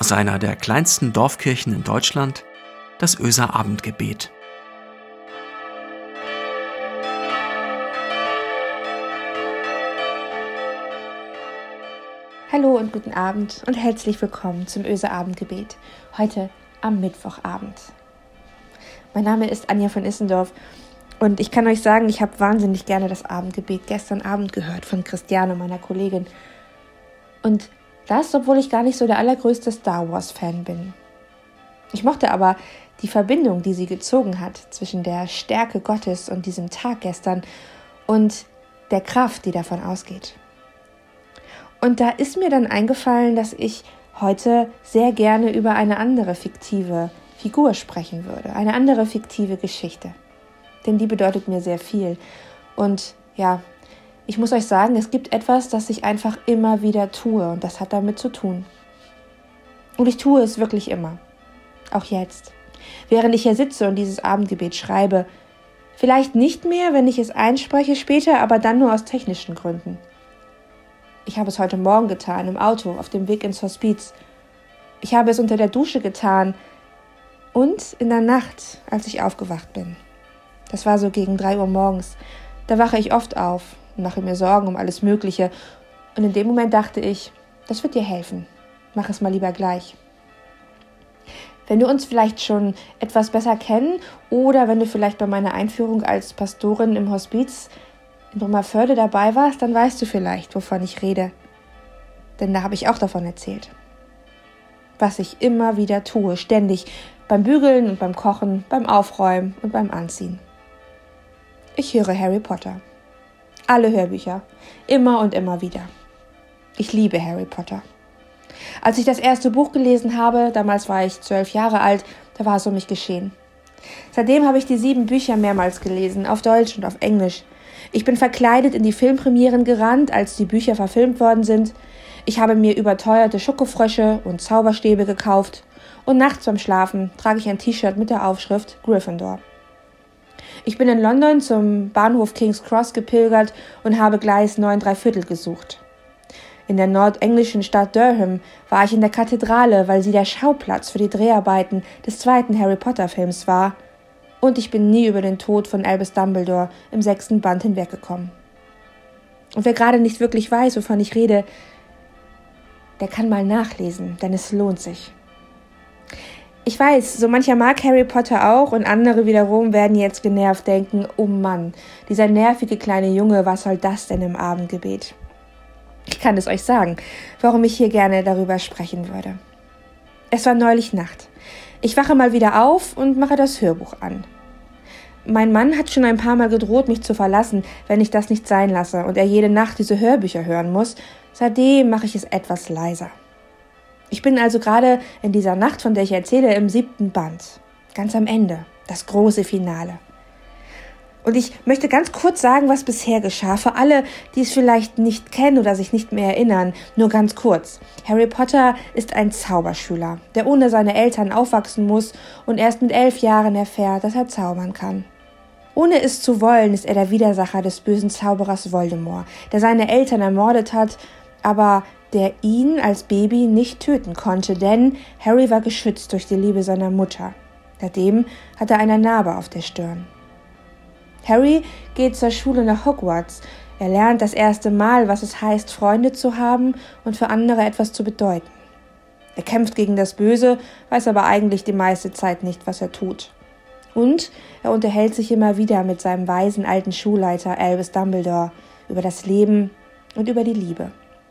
aus einer der kleinsten Dorfkirchen in Deutschland, das Oeser Abendgebet. Hallo und guten Abend und herzlich willkommen zum Oeser Abendgebet, heute am Mittwochabend. Mein Name ist Anja von Issendorf und ich kann euch sagen, ich habe wahnsinnig gerne das Abendgebet gestern Abend gehört von Christiane, meiner Kollegin. Und das, obwohl ich gar nicht so der allergrößte Star Wars-Fan bin. Ich mochte aber die Verbindung, die sie gezogen hat zwischen der Stärke Gottes und diesem Tag gestern und der Kraft, die davon ausgeht. Und da ist mir dann eingefallen, dass ich heute sehr gerne über eine andere fiktive Figur sprechen würde, eine andere fiktive Geschichte. Denn die bedeutet mir sehr viel. Und ja, ich muss euch sagen, es gibt etwas, das ich einfach immer wieder tue und das hat damit zu tun. Und ich tue es wirklich immer. Auch jetzt. Während ich hier sitze und dieses Abendgebet schreibe. Vielleicht nicht mehr, wenn ich es einspreche später, aber dann nur aus technischen Gründen. Ich habe es heute Morgen getan, im Auto, auf dem Weg ins Hospiz. Ich habe es unter der Dusche getan und in der Nacht, als ich aufgewacht bin. Das war so gegen 3 Uhr morgens. Da wache ich oft auf und mache mir Sorgen um alles Mögliche. Und in dem Moment dachte ich, das wird dir helfen. Mach es mal lieber gleich. Wenn du uns vielleicht schon etwas besser kennen oder wenn du vielleicht bei meiner Einführung als Pastorin im Hospiz in Brummerförde dabei warst, dann weißt du vielleicht, wovon ich rede. Denn da habe ich auch davon erzählt. Was ich immer wieder tue, ständig, beim Bügeln und beim Kochen, beim Aufräumen und beim Anziehen. Ich höre Harry Potter. Alle Hörbücher. Immer und immer wieder. Ich liebe Harry Potter. Als ich das erste Buch gelesen habe, damals war ich 12 Jahre alt, da war es um mich geschehen. Seitdem habe ich die 7 Bücher mehrmals gelesen, auf Deutsch und auf Englisch. Ich bin verkleidet in die Filmpremieren gerannt, als die Bücher verfilmt worden sind. Ich habe mir überteuerte Schokofrösche und Zauberstäbe gekauft. Und nachts beim Schlafen trage ich ein T-Shirt mit der Aufschrift Gryffindor. Ich bin in London zum Bahnhof King's Cross gepilgert und habe Gleis 9¾ gesucht. In der nordenglischen Stadt Durham war ich in der Kathedrale, weil sie der Schauplatz für die Dreharbeiten des 2. Harry Potter Films war. Und ich bin nie über den Tod von Albus Dumbledore im 6. Band hinweggekommen. Und wer gerade nicht wirklich weiß, wovon ich rede, der kann mal nachlesen, denn es lohnt sich. Ich weiß, so mancher mag Harry Potter auch und andere wiederum werden jetzt genervt denken, oh Mann, dieser nervige kleine Junge, was soll das denn im Abendgebet? Ich kann es euch sagen, warum ich hier gerne darüber sprechen würde. Es war neulich Nacht. Ich wache mal wieder auf und mache das Hörbuch an. Mein Mann hat schon ein paar Mal gedroht, mich zu verlassen, wenn ich das nicht sein lasse und er jede Nacht diese Hörbücher hören muss. Seitdem mache ich es etwas leiser. Ich bin also gerade in dieser Nacht, von der ich erzähle, im 7. Band. Ganz am Ende, das große Finale. Und ich möchte ganz kurz sagen, was bisher geschah. Für alle, die es vielleicht nicht kennen oder sich nicht mehr erinnern, nur ganz kurz. Harry Potter ist ein Zauberschüler, der ohne seine Eltern aufwachsen muss und erst mit 11 Jahren erfährt, dass er zaubern kann. Ohne es zu wollen, ist er der Widersacher des bösen Zauberers Voldemort, der seine Eltern ermordet hat, aber der ihn als Baby nicht töten konnte, denn Harry war geschützt durch die Liebe seiner Mutter. Seitdem hat er eine Narbe auf der Stirn. Harry geht zur Schule nach Hogwarts. Er lernt das erste Mal, was es heißt, Freunde zu haben und für andere etwas zu bedeuten. Er kämpft gegen das Böse, weiß aber eigentlich die meiste Zeit nicht, was er tut. Und er unterhält sich immer wieder mit seinem weisen alten Schulleiter Albus Dumbledore über das Leben und über die Liebe.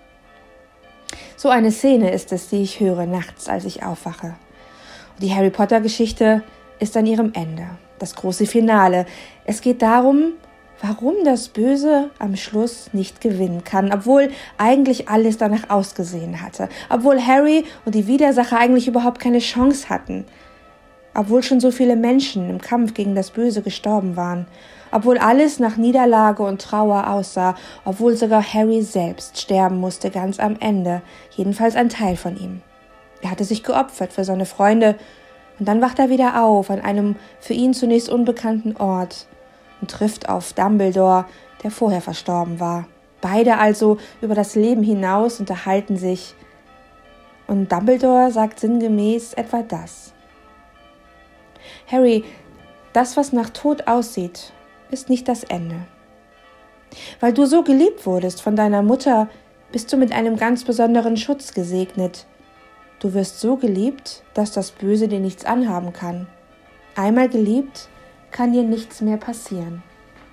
So eine Szene ist es, die ich höre nachts, als ich aufwache. Und die Harry Potter-Geschichte ist an ihrem Ende. Das große Finale. Es geht darum, warum das Böse am Schluss nicht gewinnen kann, obwohl eigentlich alles danach ausgesehen hatte. Obwohl Harry und die Widersacher eigentlich überhaupt keine Chance hatten. Obwohl schon so viele Menschen im Kampf gegen das Böse gestorben waren. Obwohl alles nach Niederlage und Trauer aussah, obwohl sogar Harry selbst sterben musste, ganz am Ende, jedenfalls ein Teil von ihm. Er hatte sich geopfert für seine Freunde, und dann wacht er wieder auf an einem für ihn zunächst unbekannten Ort und trifft auf Dumbledore, der vorher verstorben war. Beide also über das Leben hinaus unterhalten sich. Und Dumbledore sagt sinngemäß etwa das: Harry, das, was nach Tod aussieht, ist nicht das Ende. Weil du so geliebt wurdest von deiner Mutter, bist du mit einem ganz besonderen Schutz gesegnet. Du wirst so geliebt, dass das Böse dir nichts anhaben kann. Einmal geliebt, kann dir nichts mehr passieren.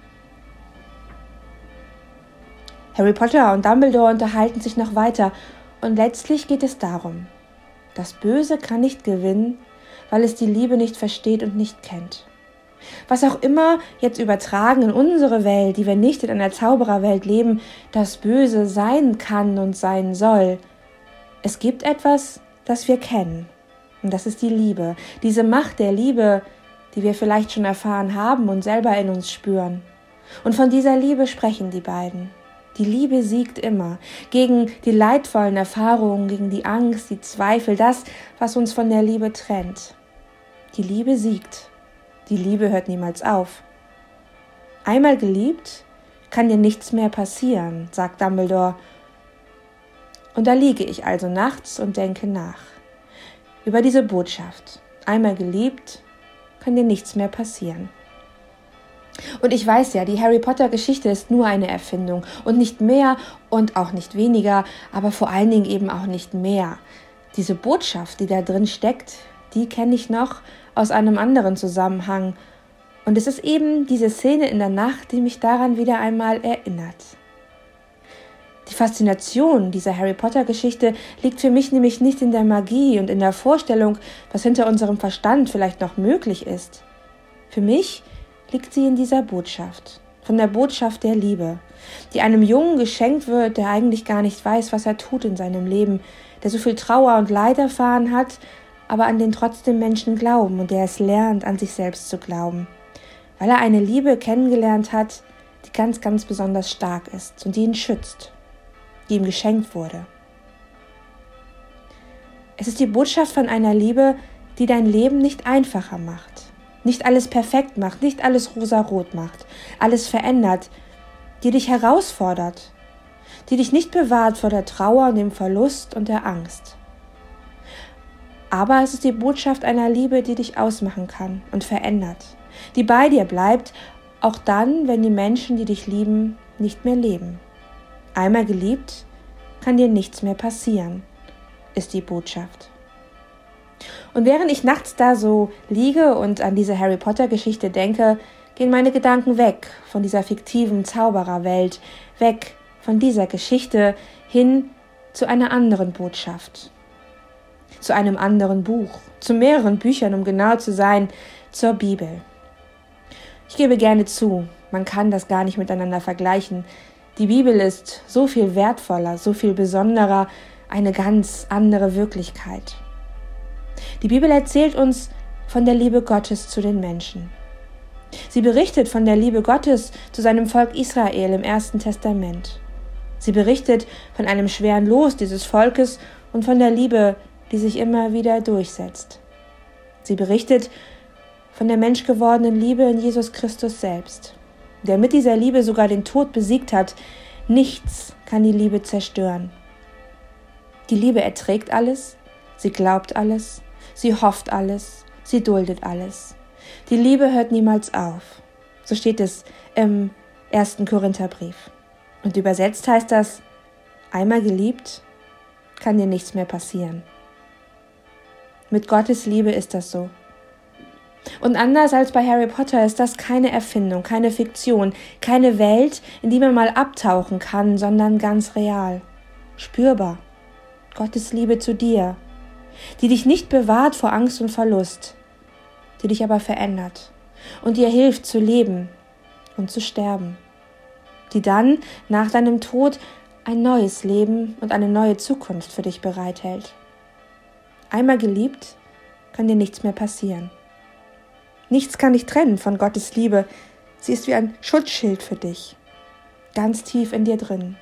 Harry Potter und Dumbledore unterhalten sich noch weiter und letztlich geht es darum: Das Böse kann nicht gewinnen, weil es die Liebe nicht versteht und nicht kennt. Was auch immer jetzt übertragen in unsere Welt, die wir nicht in einer Zaubererwelt leben, das Böse sein kann und sein soll. Es gibt etwas, das wir kennen. Und das ist die Liebe. Diese Macht der Liebe, die wir vielleicht schon erfahren haben und selber in uns spüren. Und von dieser Liebe sprechen die beiden. Die Liebe siegt immer. Gegen die leidvollen Erfahrungen, gegen die Angst, die Zweifel, das, was uns von der Liebe trennt. Die Liebe siegt. Die Liebe hört niemals auf. Einmal geliebt, kann dir nichts mehr passieren, sagt Dumbledore. Und da liege ich also nachts und denke nach. Über diese Botschaft. Einmal geliebt, kann dir nichts mehr passieren. Und ich weiß ja, die Harry Potter Geschichte ist nur eine Erfindung und nicht mehr und auch nicht weniger, aber vor allen Dingen eben auch nicht mehr. Diese Botschaft, die da drin steckt, die kenne ich noch aus einem anderen Zusammenhang. Und es ist eben diese Szene in der Nacht, die mich daran wieder einmal erinnert. Die Faszination dieser Harry Potter Geschichte liegt für mich nämlich nicht in der Magie und in der Vorstellung, was hinter unserem Verstand vielleicht noch möglich ist. Für mich liegt sie in dieser Botschaft, von der Botschaft der Liebe, die einem Jungen geschenkt wird, der eigentlich gar nicht weiß, was er tut in seinem Leben, der so viel Trauer und Leid erfahren hat, aber an den trotzdem Menschen glauben und der es lernt, an sich selbst zu glauben, weil er eine Liebe kennengelernt hat, die ganz, ganz besonders stark ist und die ihn schützt, die ihm geschenkt wurde. Es ist die Botschaft von einer Liebe, die dein Leben nicht einfacher macht, nicht alles perfekt macht, nicht alles rosarot macht, alles verändert, die dich herausfordert, die dich nicht bewahrt vor der Trauer und dem Verlust und der Angst. Aber es ist die Botschaft einer Liebe, die dich ausmachen kann und verändert, die bei dir bleibt, auch dann, wenn die Menschen, die dich lieben, nicht mehr leben. Einmal geliebt, kann dir nichts mehr passieren, ist die Botschaft. Und während ich nachts da so liege und an diese Harry Potter Geschichte denke, gehen meine Gedanken weg von dieser fiktiven Zaubererwelt, weg von dieser Geschichte hin zu einer anderen Botschaft. Zu einem anderen Buch, zu mehreren Büchern, um genau zu sein, zur Bibel. Ich gebe gerne zu, man kann das gar nicht miteinander vergleichen. Die Bibel ist so viel wertvoller, so viel besonderer, eine ganz andere Wirklichkeit. Die Bibel erzählt uns von der Liebe Gottes zu den Menschen. Sie berichtet von der Liebe Gottes zu seinem Volk Israel im Ersten Testament. Sie berichtet von einem schweren Los dieses Volkes und von der Liebe, die sich immer wieder durchsetzt. Sie berichtet von der menschgewordenen Liebe in Jesus Christus selbst, der mit dieser Liebe sogar den Tod besiegt hat. Nichts kann die Liebe zerstören. Die Liebe erträgt alles, sie glaubt alles, sie hofft alles, sie duldet alles. Die Liebe hört niemals auf. So steht es im 1. Korintherbrief. Und übersetzt heißt das: Einmal geliebt, kann dir nichts mehr passieren. Mit Gottes Liebe ist das so. Und anders als bei Harry Potter ist das keine Erfindung, keine Fiktion, keine Welt, in die man mal abtauchen kann, sondern ganz real, spürbar. Gottes Liebe zu dir, die dich nicht bewahrt vor Angst und Verlust, die dich aber verändert und dir hilft zu leben und zu sterben, die dann nach deinem Tod ein neues Leben und eine neue Zukunft für dich bereithält. Einmal geliebt, kann dir nichts mehr passieren. Nichts kann dich trennen von Gottes Liebe. Sie ist wie ein Schutzschild für dich, ganz tief in dir drin.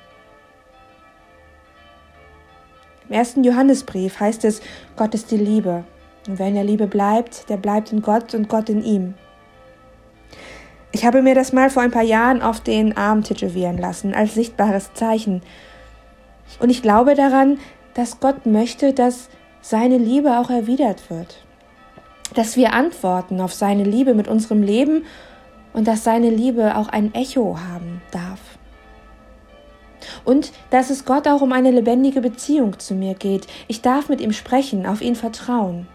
Im 1. Johannesbrief heißt es, Gott ist die Liebe. Und wer in der Liebe bleibt, der bleibt in Gott und Gott in ihm. Ich habe mir das mal vor ein paar Jahren auf den Arm tätowieren lassen, als sichtbares Zeichen. Und ich glaube daran, dass Gott möchte, dass seine Liebe auch erwidert wird, dass wir antworten auf seine Liebe mit unserem Leben und dass seine Liebe auch ein Echo haben darf. Und dass es Gott auch um eine lebendige Beziehung zu mir geht. Ich darf mit ihm sprechen, auf ihn vertrauen.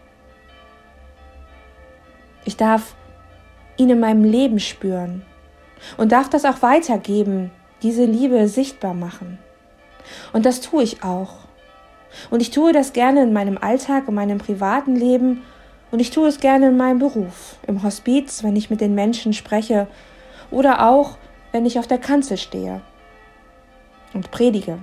Ich darf ihn in meinem Leben spüren und darf das auch weitergeben, diese Liebe sichtbar machen. Und das tue ich auch. Und ich tue das gerne in meinem Alltag, in meinem privaten Leben und ich tue es gerne in meinem Beruf, im Hospiz, wenn ich mit den Menschen spreche oder auch, wenn ich auf der Kanzel stehe und predige.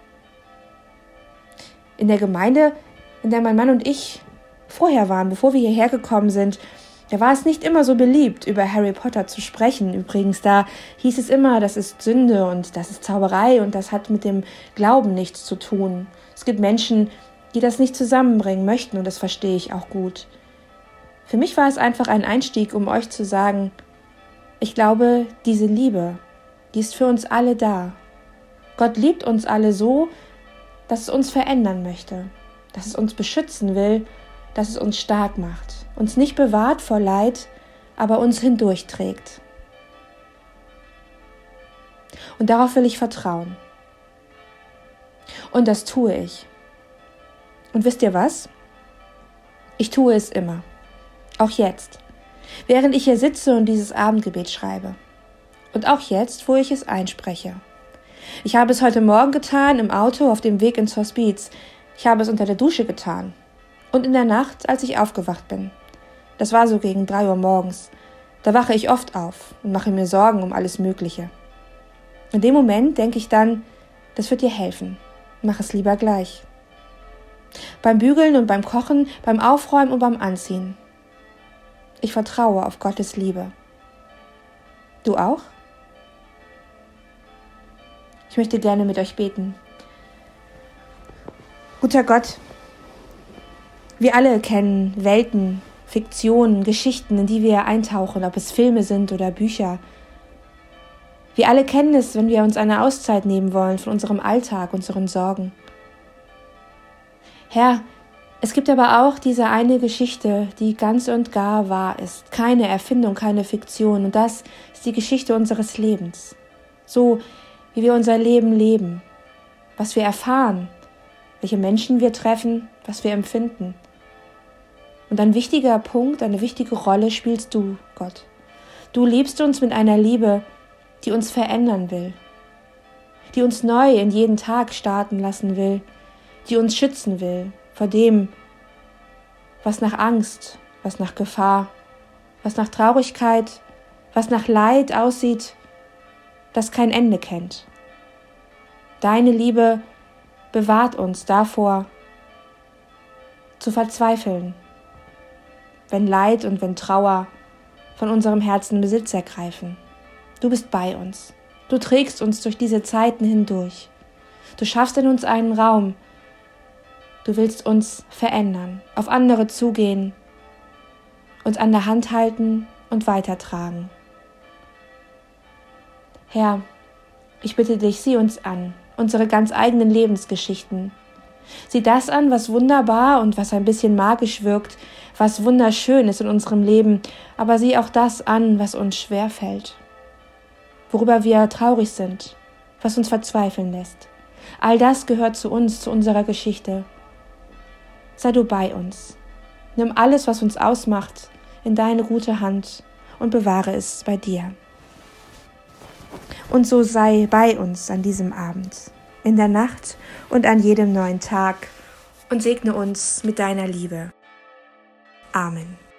In der Gemeinde, in der mein Mann und ich vorher waren, bevor wir hierher gekommen sind, da war es nicht immer so beliebt, über Harry Potter zu sprechen. Übrigens, da hieß es immer, das ist Sünde und das ist Zauberei und das hat mit dem Glauben nichts zu tun. Es gibt Menschen, die das nicht zusammenbringen möchten und das verstehe ich auch gut. Für mich war es einfach ein Einstieg, um euch zu sagen, ich glaube, diese Liebe, die ist für uns alle da. Gott liebt uns alle so, dass es uns verändern möchte, dass es uns beschützen will, dass es uns stark macht, uns nicht bewahrt vor Leid, aber uns hindurchträgt. Und darauf will ich vertrauen. Und das tue ich. Und wisst ihr was? Ich tue es immer. Auch jetzt, während ich hier sitze und dieses Abendgebet schreibe. Und auch jetzt, wo ich es einspreche. Ich habe es heute Morgen getan, im Auto auf dem Weg ins Hospiz. Ich habe es unter der Dusche getan. Und in der Nacht, als ich aufgewacht bin. Das war so gegen 3 Uhr morgens. Da wache ich oft auf und mache mir Sorgen um alles Mögliche. In dem Moment denke ich dann, das wird dir helfen. Mach es lieber gleich. Beim Bügeln und beim Kochen, beim Aufräumen und beim Anziehen. Ich vertraue auf Gottes Liebe. Du auch? Ich möchte gerne mit euch beten. Guter Gott, wir alle kennen Welten, Fiktionen, Geschichten, in die wir eintauchen, ob es Filme sind oder Bücher. Wir alle kennen es, wenn wir uns eine Auszeit nehmen wollen von unserem Alltag, unseren Sorgen. Herr, es gibt aber auch diese eine Geschichte, die ganz und gar wahr ist. Keine Erfindung, keine Fiktion. Und das ist die Geschichte unseres Lebens. So, wie wir unser Leben leben, was wir erfahren, welche Menschen wir treffen, was wir empfinden. Und ein wichtiger Punkt, eine wichtige Rolle spielst du, Gott. Du liebst uns mit einer Liebe, die uns verändern will, die uns neu in jeden Tag starten lassen will, die uns schützen will vor dem, was nach Angst, was nach Gefahr, was nach Traurigkeit, was nach Leid aussieht, das kein Ende kennt. Deine Liebe bewahrt uns davor, zu verzweifeln, wenn Leid und wenn Trauer von unserem Herzen Besitz ergreifen. Du bist bei uns. Du trägst uns durch diese Zeiten hindurch. Du schaffst in uns einen Raum. Du willst uns verändern, auf andere zugehen, uns an der Hand halten und weitertragen. Herr, ich bitte dich, sieh uns an, unsere ganz eigenen Lebensgeschichten. Sieh das an, was wunderbar und was ein bisschen magisch wirkt, was wunderschön ist in unserem Leben, aber sieh auch das an, was uns schwerfällt, worüber wir traurig sind, was uns verzweifeln lässt. All das gehört zu uns, zu unserer Geschichte. Sei du bei uns. Nimm alles, was uns ausmacht, in deine gute Hand und bewahre es bei dir. Und so sei bei uns an diesem Abend, in der Nacht und an jedem neuen Tag und segne uns mit deiner Liebe. Amen.